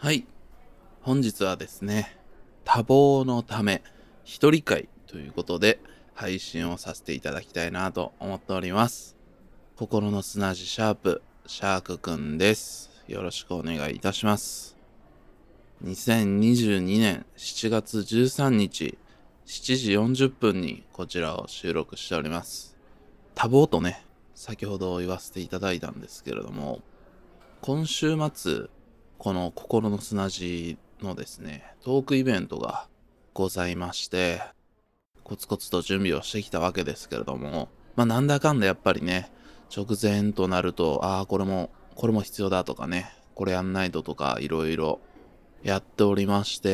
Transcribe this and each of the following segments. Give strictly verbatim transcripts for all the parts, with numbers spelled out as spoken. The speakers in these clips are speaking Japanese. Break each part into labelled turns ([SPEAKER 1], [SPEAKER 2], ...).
[SPEAKER 1] はい。本日はですね、多忙のため一人会ということで配信をさせていただきたいなと思っております。心の砂地シャープ、シャークくんです。よろしくお願いいたします。にせんにじゅうにねんしちがつじゅうさんにちしちじよんじゅっぷんにこちらを収録しております。多忙とね、先ほど言わせていただいたんですけれども、今週末、この心の砂地のですね、トークイベントがございまして、コツコツと準備をしてきたわけですけれども、まあなんだかんだやっぱりね、直前となると、ああ、これも、これも必要だとかね、これやんないととか、いろいろやっておりまして、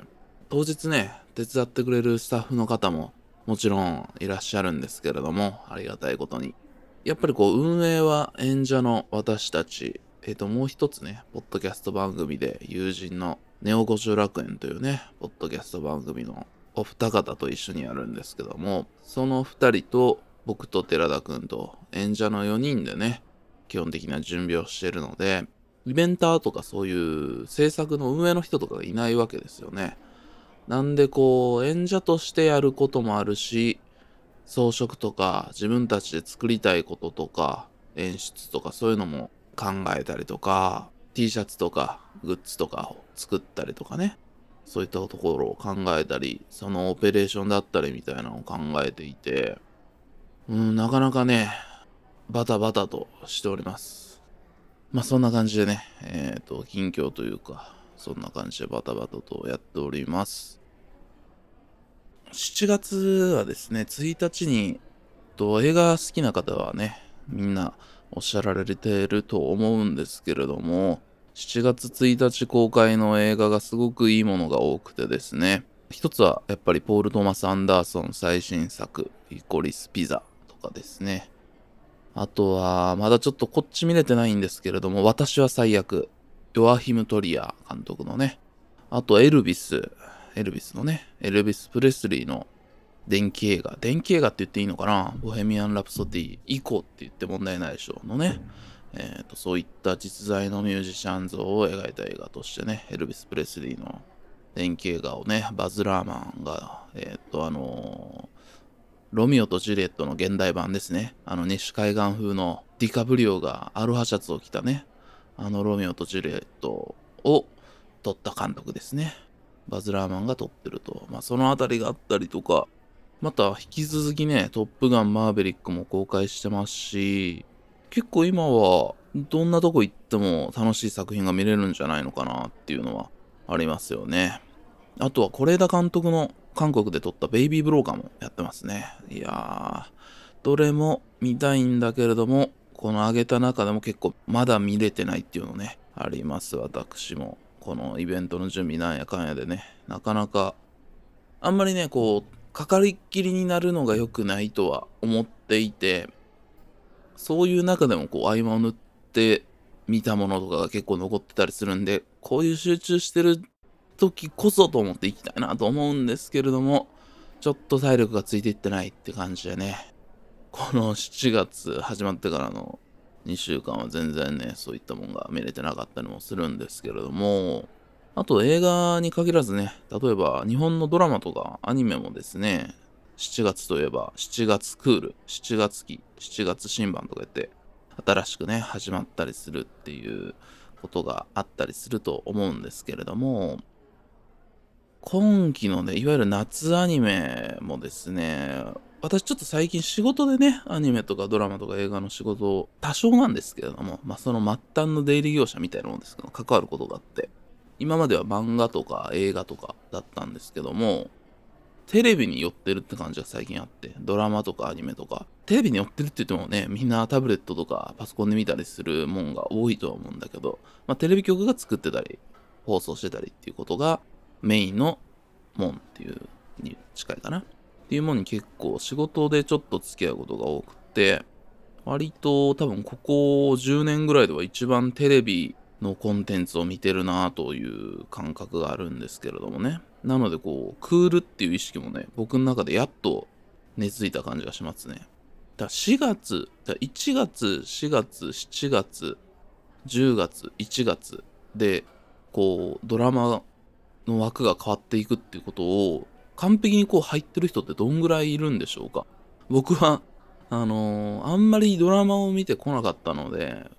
[SPEAKER 1] 当日ね、手伝ってくれるスタッフの方ももちろんいらっしゃるんですけれども、ありがたいことに。やっぱりこう、運営は演者の私たち、えっ、と、もう一つね、ポッドキャスト番組で友人のネオ五条楽園というね、ポッドキャスト番組のお二方と一緒にやるんですけども、その二人と僕と寺田くんと演者のよにんでね、基本的な準備をしているので、イベンターとかそういう制作の運営の人とかがいないわけですよね。なんでこう、演者としてやることもあるし、装飾とか自分たちで作りたいこととか演出とかそういうのも考えたりとか T シャツとかグッズとかを作ったりとかね、そういったところを考えたりそのオペレーションだったりみたいなのを考えていて、うん、なかなかねバタバタとしております。まあそんな感じでね、えっ、と近況というかそんな感じでバタバタとやっております。しちがつはですね、ついたちにと映画好きな方はね、みんなおっしゃられていると思うんですけれども、しちがつついたち公開の映画がすごくいいものが多くてですね、一つはやっぱりポール・トマス・アンダーソン最新作、イコリス・ピザとかですね。あとは、まだちょっとこっち見れてないんですけれども、私は最悪、ヨアヒム・トリア監督のね、あとエルビス、エルビスのね、エルビス・プレスリーの電気映画。電気映画って言っていいのかな、ボヘミアン・ラプソディ以降って言って問題ないでしょうのね。えっ、と、そういった実在のミュージシャン像を描いた映画としてね、エルビス・プレスリーの電気映画をね、バズ・ラーマンが、えっ、と、あのーロミオとジュリエットの現代版ですね。あの、西海岸風のディカブリオがアロハシャツを着たね、あの、ロミオとジュリエットを撮った監督ですね。バズ・ラーマンが撮ってると。まあ、そのあたりがあったりとか、また引き続きね、トップガンマーヴェリックも公開してますし、結構今はどんなとこ行っても楽しい作品が見れるんじゃないのかなっていうのはありますよね。あとは是枝監督の韓国で撮ったベイビーブローカーもやってますね。いやー、どれも見たいんだけれども、この上げた中でも結構まだ見れてないっていうのね、あります。私も。このイベントの準備なんやかんやでね、なかなかあんまりね、こう、かかりっきりになるのが良くないとは思っていて、そういう中でもこう合間を縫って見たものとかが結構残ってたりするんで、こういう集中してる時こそと思っていきたいなと思うんですけれども、ちょっと体力がついていってないって感じでね、このしちがつ始まってからのにしゅうかんは全然ね、そういったもんが見れてなかったりもするんですけれども、あと映画に限らずね、例えば日本のドラマとかアニメもですね、しちがつといえばしちがつクール、しちがつ期、しちがつ新版とか言って新しくね、始まったりするっていうことがあったりすると思うんですけれども、今期のね、いわゆる夏アニメもですね、私ちょっと最近仕事でね、アニメとかドラマとか映画の仕事を多少なんですけれども、まあその末端の出入り業者みたいなもんですけど、関わることがあって、今までは漫画とか映画とかだったんですけども、テレビに寄ってるって感じが最近あって、ドラマとかアニメとか、テレビに寄ってるって言ってもね、みんなタブレットとかパソコンで見たりするもんが多いとは思うんだけど、まあテレビ局が作ってたり、放送してたりっていうことがメインのもんっていうに近いかな。っていうもんに結構仕事でちょっと付き合うことが多くて、割と多分ここじゅうねんぐらいでは一番テレビのコンテンツを見てるなという感覚があるんですけれどもね。なのでこう、クールっていう意識もね、僕の中でやっと根付いた感じがしますね。だからしがつ、だいちがつ、しがつ、しちがつ、じゅうがつ、いちがつで、 こうドラマの枠が変わっていくっていうことを完璧にこう入ってる人ってどんぐらいいるんでしょうか。僕はあのーあんまりドラマを見てこなかったので、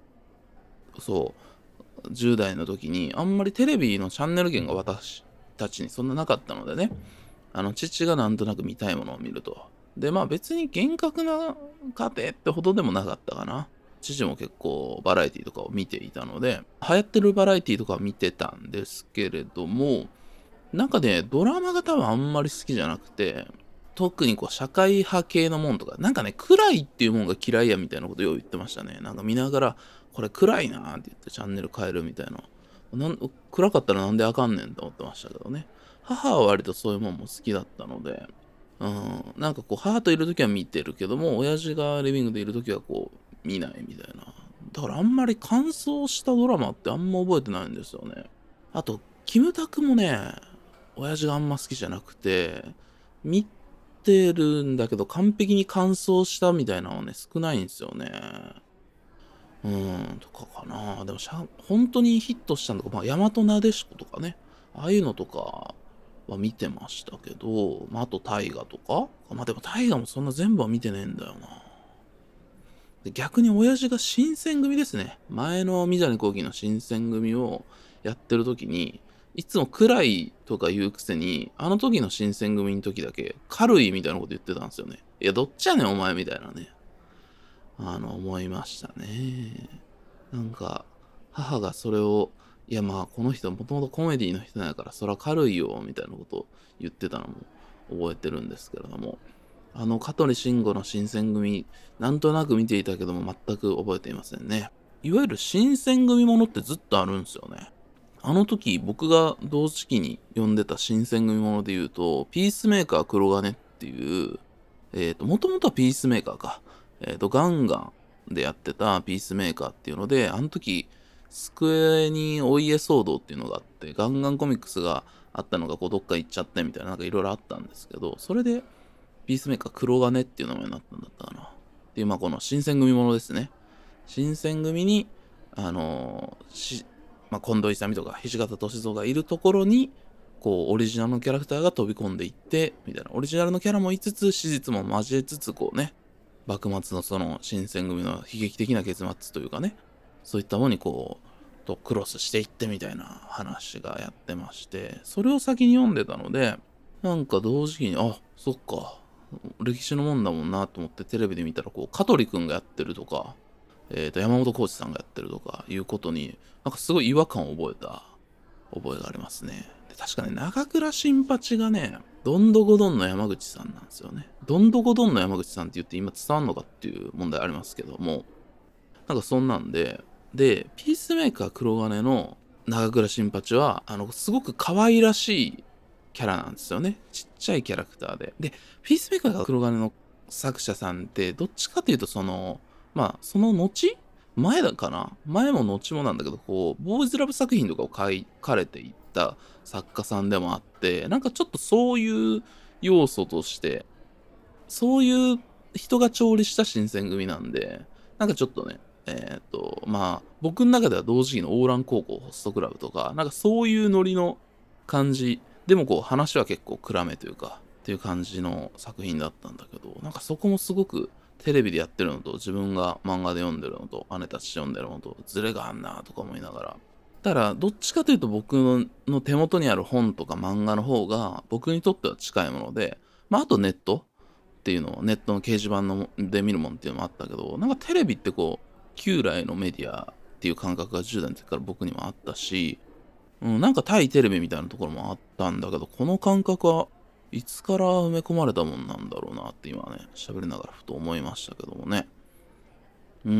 [SPEAKER 1] そうじゅう代の時にあんまりテレビのチャンネル権が私たちにそんななかったのでね、あの父がなんとなく見たいものを見ると。でまあ別に厳格な家庭ってほどでもなかったかな。父も結構バラエティとかを見ていたので、流行ってるバラエティとかは見てたんですけれども、なんかね、ドラマが多分あんまり好きじゃなくて、特にこう社会派系のもんとか、なんかね、暗いっていうもんが嫌いやみたいなことよう言ってましたね。なんか見ながら、これ暗いなーって言ってチャンネル変えるみたいな。なん暗かったらなんであかんねんと思ってましたけどね。母は割とそういうもんも好きだったので、うん、なんかこう母といるときは見てるけども、親父がリビングでいるときはこう見ないみたいな。だからあんまり乾燥したドラマってあんま覚えてないんですよね。あと、キムタクもね、親父があんま好きじゃなくて、見てるんだけど完璧に乾燥したみたいなのはね、少ないんですよね。うーん、とかかな。でもしゃ、本当にヒットしたのとか、まあ、大和なでしことかね。ああいうのとかは見てましたけど、まあ、あと大河とか。まあでも大河もそんな全部は見てねえんだよな。で逆に親父が新選組ですね。前の三谷幸喜の新選組をやってる時に、いつも暗いとか言うくせに、あの時の新選組の時だけ軽いみたいなこと言ってたんですよね。いや、どっちやねんお前みたいなね。あの、思いましたね。なんか、母がそれを、いやまあ、この人もともとコメディの人やから、そら軽いよ、みたいなことを言ってたのも覚えてるんですけれども、あの、香取慎吾の新選組、なんとなく見ていたけども、全く覚えていませんね。いわゆる新選組ものってずっとあるんですよね。あの時、僕が同時期に読んでた新選組もので言うと、ピースメーカー黒金っていう、えっ、と、もともとはピースメーカーか。えっ、と、ガンガンでやってたピースメーカーっていうので、あの時、スクエニお家騒動っていうのがあって、ガンガンコミックスがあったのがこうどっか行っちゃってみたいな、なんかいろいろあったんですけど、それで、ピースメーカー黒金っていう名前になったんだったかな。っていう、まあこの新選組ものですね。新選組に、あのーし、まあ、近藤勇とか土方歳三がいるところに、こう、オリジナルのキャラクターが飛び込んでいって、みたいな。オリジナルのキャラもいつつ、史実も交えつつ、こうね、幕末のその新選組の悲劇的な結末というかね、そういったものにこう、とクロスしていってみたいな話がやってまして、それを先に読んでたので、なんか同時期に、あ、そっか、歴史のもんだもんなと思ってテレビで見たら、こう、香取くんがやってるとか、えっ、と、山本浩二さんがやってるとかいうことに、なんかすごい違和感を覚えた覚えがありますね。で確かね、長倉新八がね、どんどこどんの山口さんなんですよね。どんどこどんの山口さんって言って今伝わんのかっていう問題ありますけども、なんかそんなんで、で、ピースメーカー黒金の長倉新八は、あの、すごく可愛らしいキャラなんですよね。ちっちゃいキャラクターで。で、ピースメーカー黒金の作者さんって、どっちかというと、その、まあ、その後前だかな前も後もなんだけど、こう、ボーイズラブ作品とかを書かれていった作家さんでもあって、なんかちょっとそういう要素として、そういう人が調理した新選組なんで、なんかちょっとね、えーっと、まあ、僕の中では同時期のオーラン高校ホストクラブとか、なんかそういうノリの感じ、でもこう話は結構暗めというか、っていう感じの作品だったんだけど、なんかそこもすごくテレビでやってるのと、自分が漫画で読んでるのと、姉たち読んでるのと、ズレがあんなとか思いながら。ただ、どっちかというと僕の手元にある本とか漫画の方が僕にとっては近いもので、まああとネットっていうのをネットの掲示板ので見るもんっていうのもあったけど、なんかテレビってこう、旧来のメディアっていう感覚がじゅう代の時から僕にもあったし、うん、なんか対テレビみたいなところもあったんだけど、この感覚はいつから埋め込まれたもんなんだろうなって今ね、喋りながらふと思いましたけどもね。うん。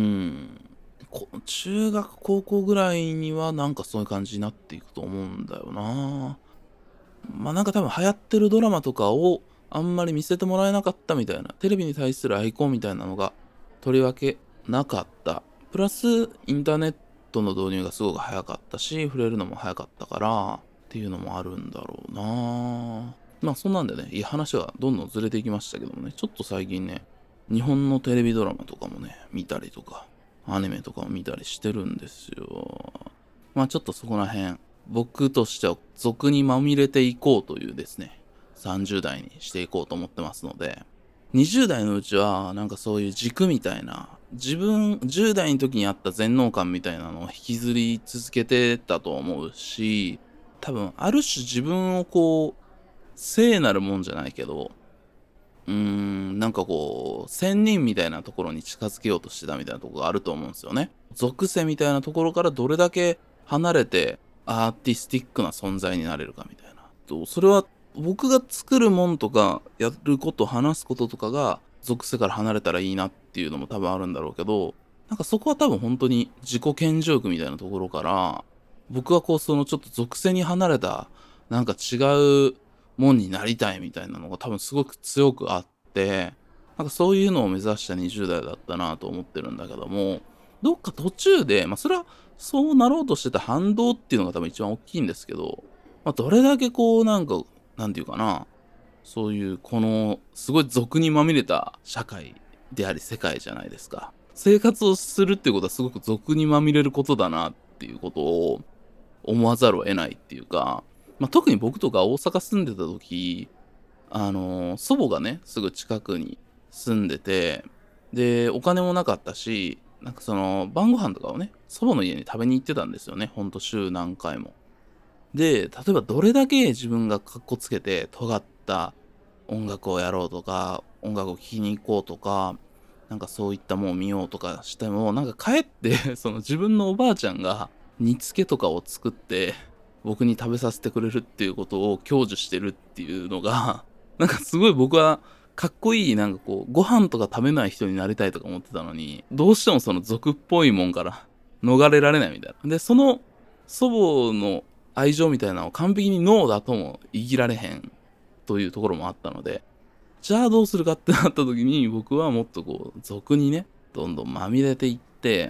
[SPEAKER 1] こ中学、高校ぐらいにはなんかそういう感じになっていくと思うんだよな。まあなんか多分流行ってるドラマとかをあんまり見せてもらえなかったみたいな、テレビに対するアイコンみたいなのがとりわけなかった。プラスインターネットの導入がすごく早かったし、触れるのも早かったからっていうのもあるんだろうな。まあそんなんでね、いい話はどんどんずれていきましたけどもね、ちょっと最近ね、日本のテレビドラマとかもね、見たりとか、アニメとかも見たりしてるんですよ。 まあちょっとそこら辺、僕としては俗にまみれていこうというですね、さんじゅう代にしていこうと思ってますので、にじゅう代のうちはなんかそういう軸みたいな、自分じゅう代の時にあった全能感みたいなのを引きずり続けてたと思うし、多分ある種自分をこう聖なるもんじゃないけど、うーん、なんかこう、仙人みたいなところに近づけようとしてたみたいなところがあると思うんですよね。属性みたいなところからどれだけ離れてアーティスティックな存在になれるかみたいな。とそれは僕が作るもんとかやること話すこととかが属性から離れたらいいなっていうのも多分あるんだろうけど、なんかそこは多分本当に自己顕示欲みたいなところから、僕はこうそのちょっと属性に離れたなんか違うもんになりたいみたいなのが多分すごく強くあって、なんかそういうのを目指したにじゅう代だったなと思ってるんだけども、どっか途中で、まあそれはそうなろうとしてた反動っていうのが多分一番大きいんですけど、まあどれだけこうなんか、なんていうかな、そういうこのすごい俗にまみれた社会であり世界じゃないですか。生活をするっていうことはすごく俗にまみれることだなっていうことを思わざるを得ないっていうか、まあ、特に僕とか大阪住んでた時、あのー祖母がね、すぐ近くに住んでて、で、お金もなかったし、なんかその晩ご飯とかをね、祖母の家に食べに行ってたんですよね。ほんと週何回も。で、例えばどれだけ自分がかっこつけて尖った音楽をやろうとか、音楽を聴きに行こうとか、なんかそういったもんを見ようとかしても、なんかかえってその自分のおばあちゃんが煮付けとかを作って僕に食べさせてくれるっていうことを享受してるっていうのが、なんかすごい僕はかっこいい、なんかこう、ご飯とか食べない人になりたいとか思ってたのに、どうしてもその俗っぽいもんから逃れられないみたいな。で、その祖母の愛情みたいなのを完璧にノーだとも言い切られへんというところもあったので、じゃあどうするかってなった時に僕はもっとこう、俗にね、どんどんまみれていって、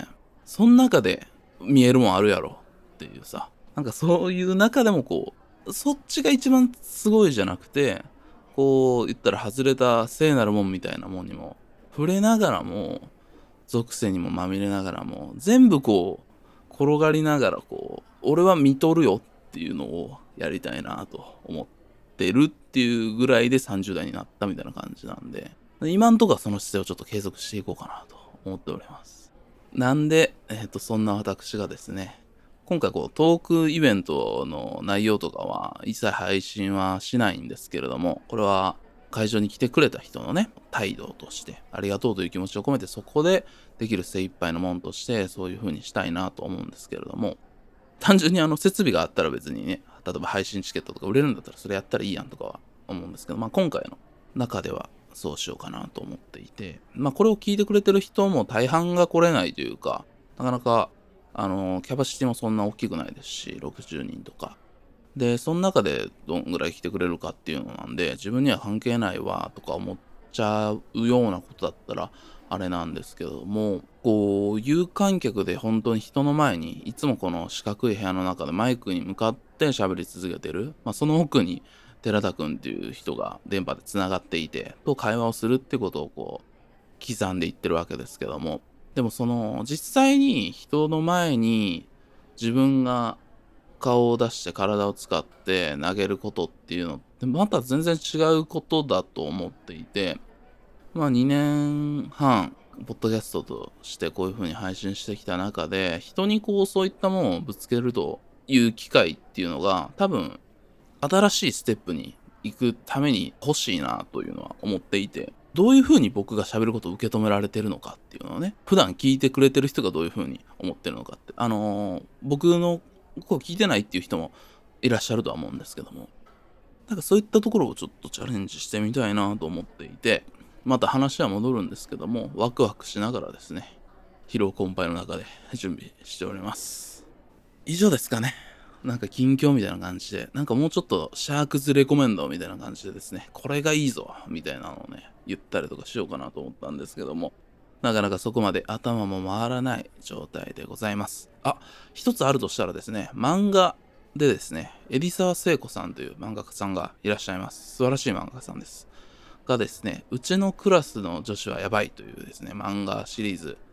[SPEAKER 1] その中で見えるもんあるやろっていうさ、なんかそういう中でもこう、そっちが一番すごいじゃなくて、こう言ったら外れた聖なるもんみたいなもんにも触れながらも、属性にもまみれながらも、全部こう、転がりながらこう、俺は見とるよっていうのをやりたいなと思ってるっていうぐらいでさんじゅう代になったみたいな感じなんで、今んとこはその姿勢をちょっと継続していこうかなと思っております。なんで、えっと、そんな私がですね、今回こうトークイベントの内容とかは一切配信はしないんですけれども、これは会場に来てくれた人のね、態度としてありがとうという気持ちを込めて、そこでできる精一杯のもんとしてそういう風にしたいなと思うんですけれども、単純にあの設備があったら別にね、例えば配信チケットとか売れるんだったらそれやったらいいやんとかは思うんですけど、まあ今回の中ではそうしようかなと思っていて、まあこれを聞いてくれてる人も大半が来れないというか、なかなかあのキャパシティもそんな大きくないですし、ろくじゅうにんとか。で、その中でどんぐらい来てくれるかっていうのなんで、自分には関係ないわとか思っちゃうようなことだったらあれなんですけども、こう、有観客で本当に人の前に、いつもこの四角い部屋の中でマイクに向かって喋り続けてる。まあその奥に寺田くんっていう人が電波で繋がっていて、と会話をするってことをこう、刻んでいってるわけですけども、でもその、実際に人の前に自分が顔を出して体を使って投げることっていうのってまた全然違うことだと思っていて、まあにねんはん、ポッドキャストとしてこういう風に配信してきた中で、人にこうそういったものをぶつけるという機会っていうのが多分新しいステップに行くために欲しいなというのは思っていて、どういう風に僕が喋ることを受け止められてるのかっていうのをね、普段聞いてくれてる人がどういう風に思ってるのかって、あのー僕のこう聞いてないっていう人もいらっしゃるとは思うんですけども、なんかそういったところをちょっとチャレンジしてみたいなと思っていて、また話は戻るんですけども、ワクワクしながらですね、疲労困憊の中で準備しております。以上ですかね。なんか近況みたいな感じで、なんかもうちょっとシャークズレコメンドみたいな感じでですね、これがいいぞみたいなのをね、言ったりとかしようかなと思ったんですけども、なかなかそこまで頭も回らない状態でございます。あ、一つあるとしたらですね、漫画でですね、海老沢聖子さんという漫画家さんがいらっしゃいます。素晴らしい漫画家さんです。がですね、うちのクラスの女子はやばいというですね、漫画シリーズ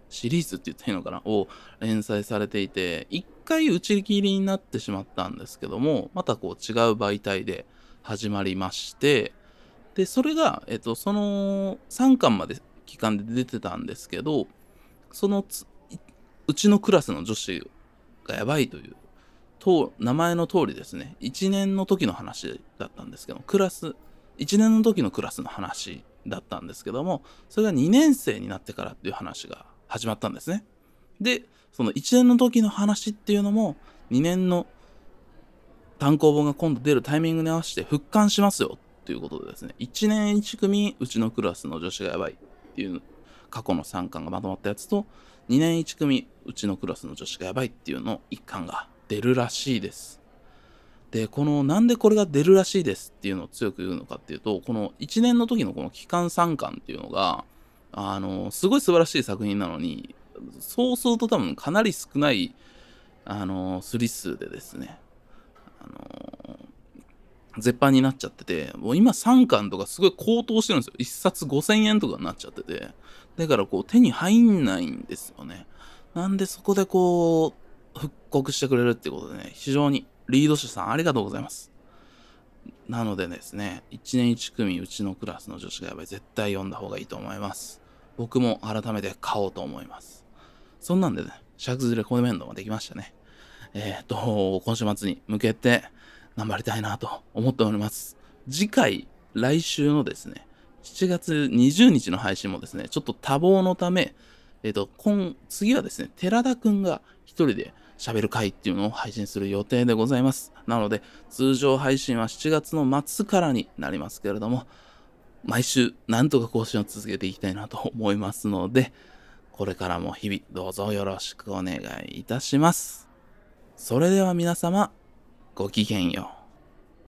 [SPEAKER 1] シリーズって言っていいのかなを連載されていて、一回打ち切りになってしまったんですけども、またこう違う媒体で始まりまして、で、それが、えっと、そのさんかんまで期間で出てたんですけど、そのつうちのクラスの女子がやばいという、と名前の通りですね、いちねんの時の話だったんですけど、クラス、いちねんの時のクラスの話だったんですけども、それがにねん生になってからっていう話が始まったんですね。で、そのいちねんの時の話っていうのも、にねんの単行本が今度出るタイミングに合わせて復刊しますよっていうことでですね、いちねんいち組うちのクラスの女子がやばいっていう過去のさんかんがまとまったやつと、にねんいち組うちのクラスの女子がやばいっていうのいっかんが出るらしいです。で、このなんでこれが出るらしいですっていうのを強く言うのかっていうと、このいちねんの時のこの期間さんかんっていうのが、あの、すごい素晴らしい作品なのに、そうすると多分かなり少ない、あの、スリ数でですね、あの絶版になっちゃってて、もう今さんかんとかすごい高騰してるんですよ。いっさつごせんえんとかになっちゃってて。だからこう手に入んないんですよね。なんでそこでこう、復刻してくれるってことでね、非常にリード者さんありがとうございます。なのでですね、いちねんいち組うちのクラスの女子がやばい、絶対読んだ方がいいと思います。僕も改めて買おうと思います。そんなんでね、尺ずれコメントができましたね。えっ、と、今週末に向けて頑張りたいなと思っております。次回、来週のですね、しちがつにじゅうにちの配信もですね、ちょっと多忙のため、えっ、と、今、次はですね、寺田くんが一人で喋る回っていうのを配信する予定でございます。なので、通常配信はしちがつの末からになりますけれども、毎週なんとか更新を続けていきたいなと思いますので、これからも日々どうぞよろしくお願いいたします。それでは皆様、ごきげんよう。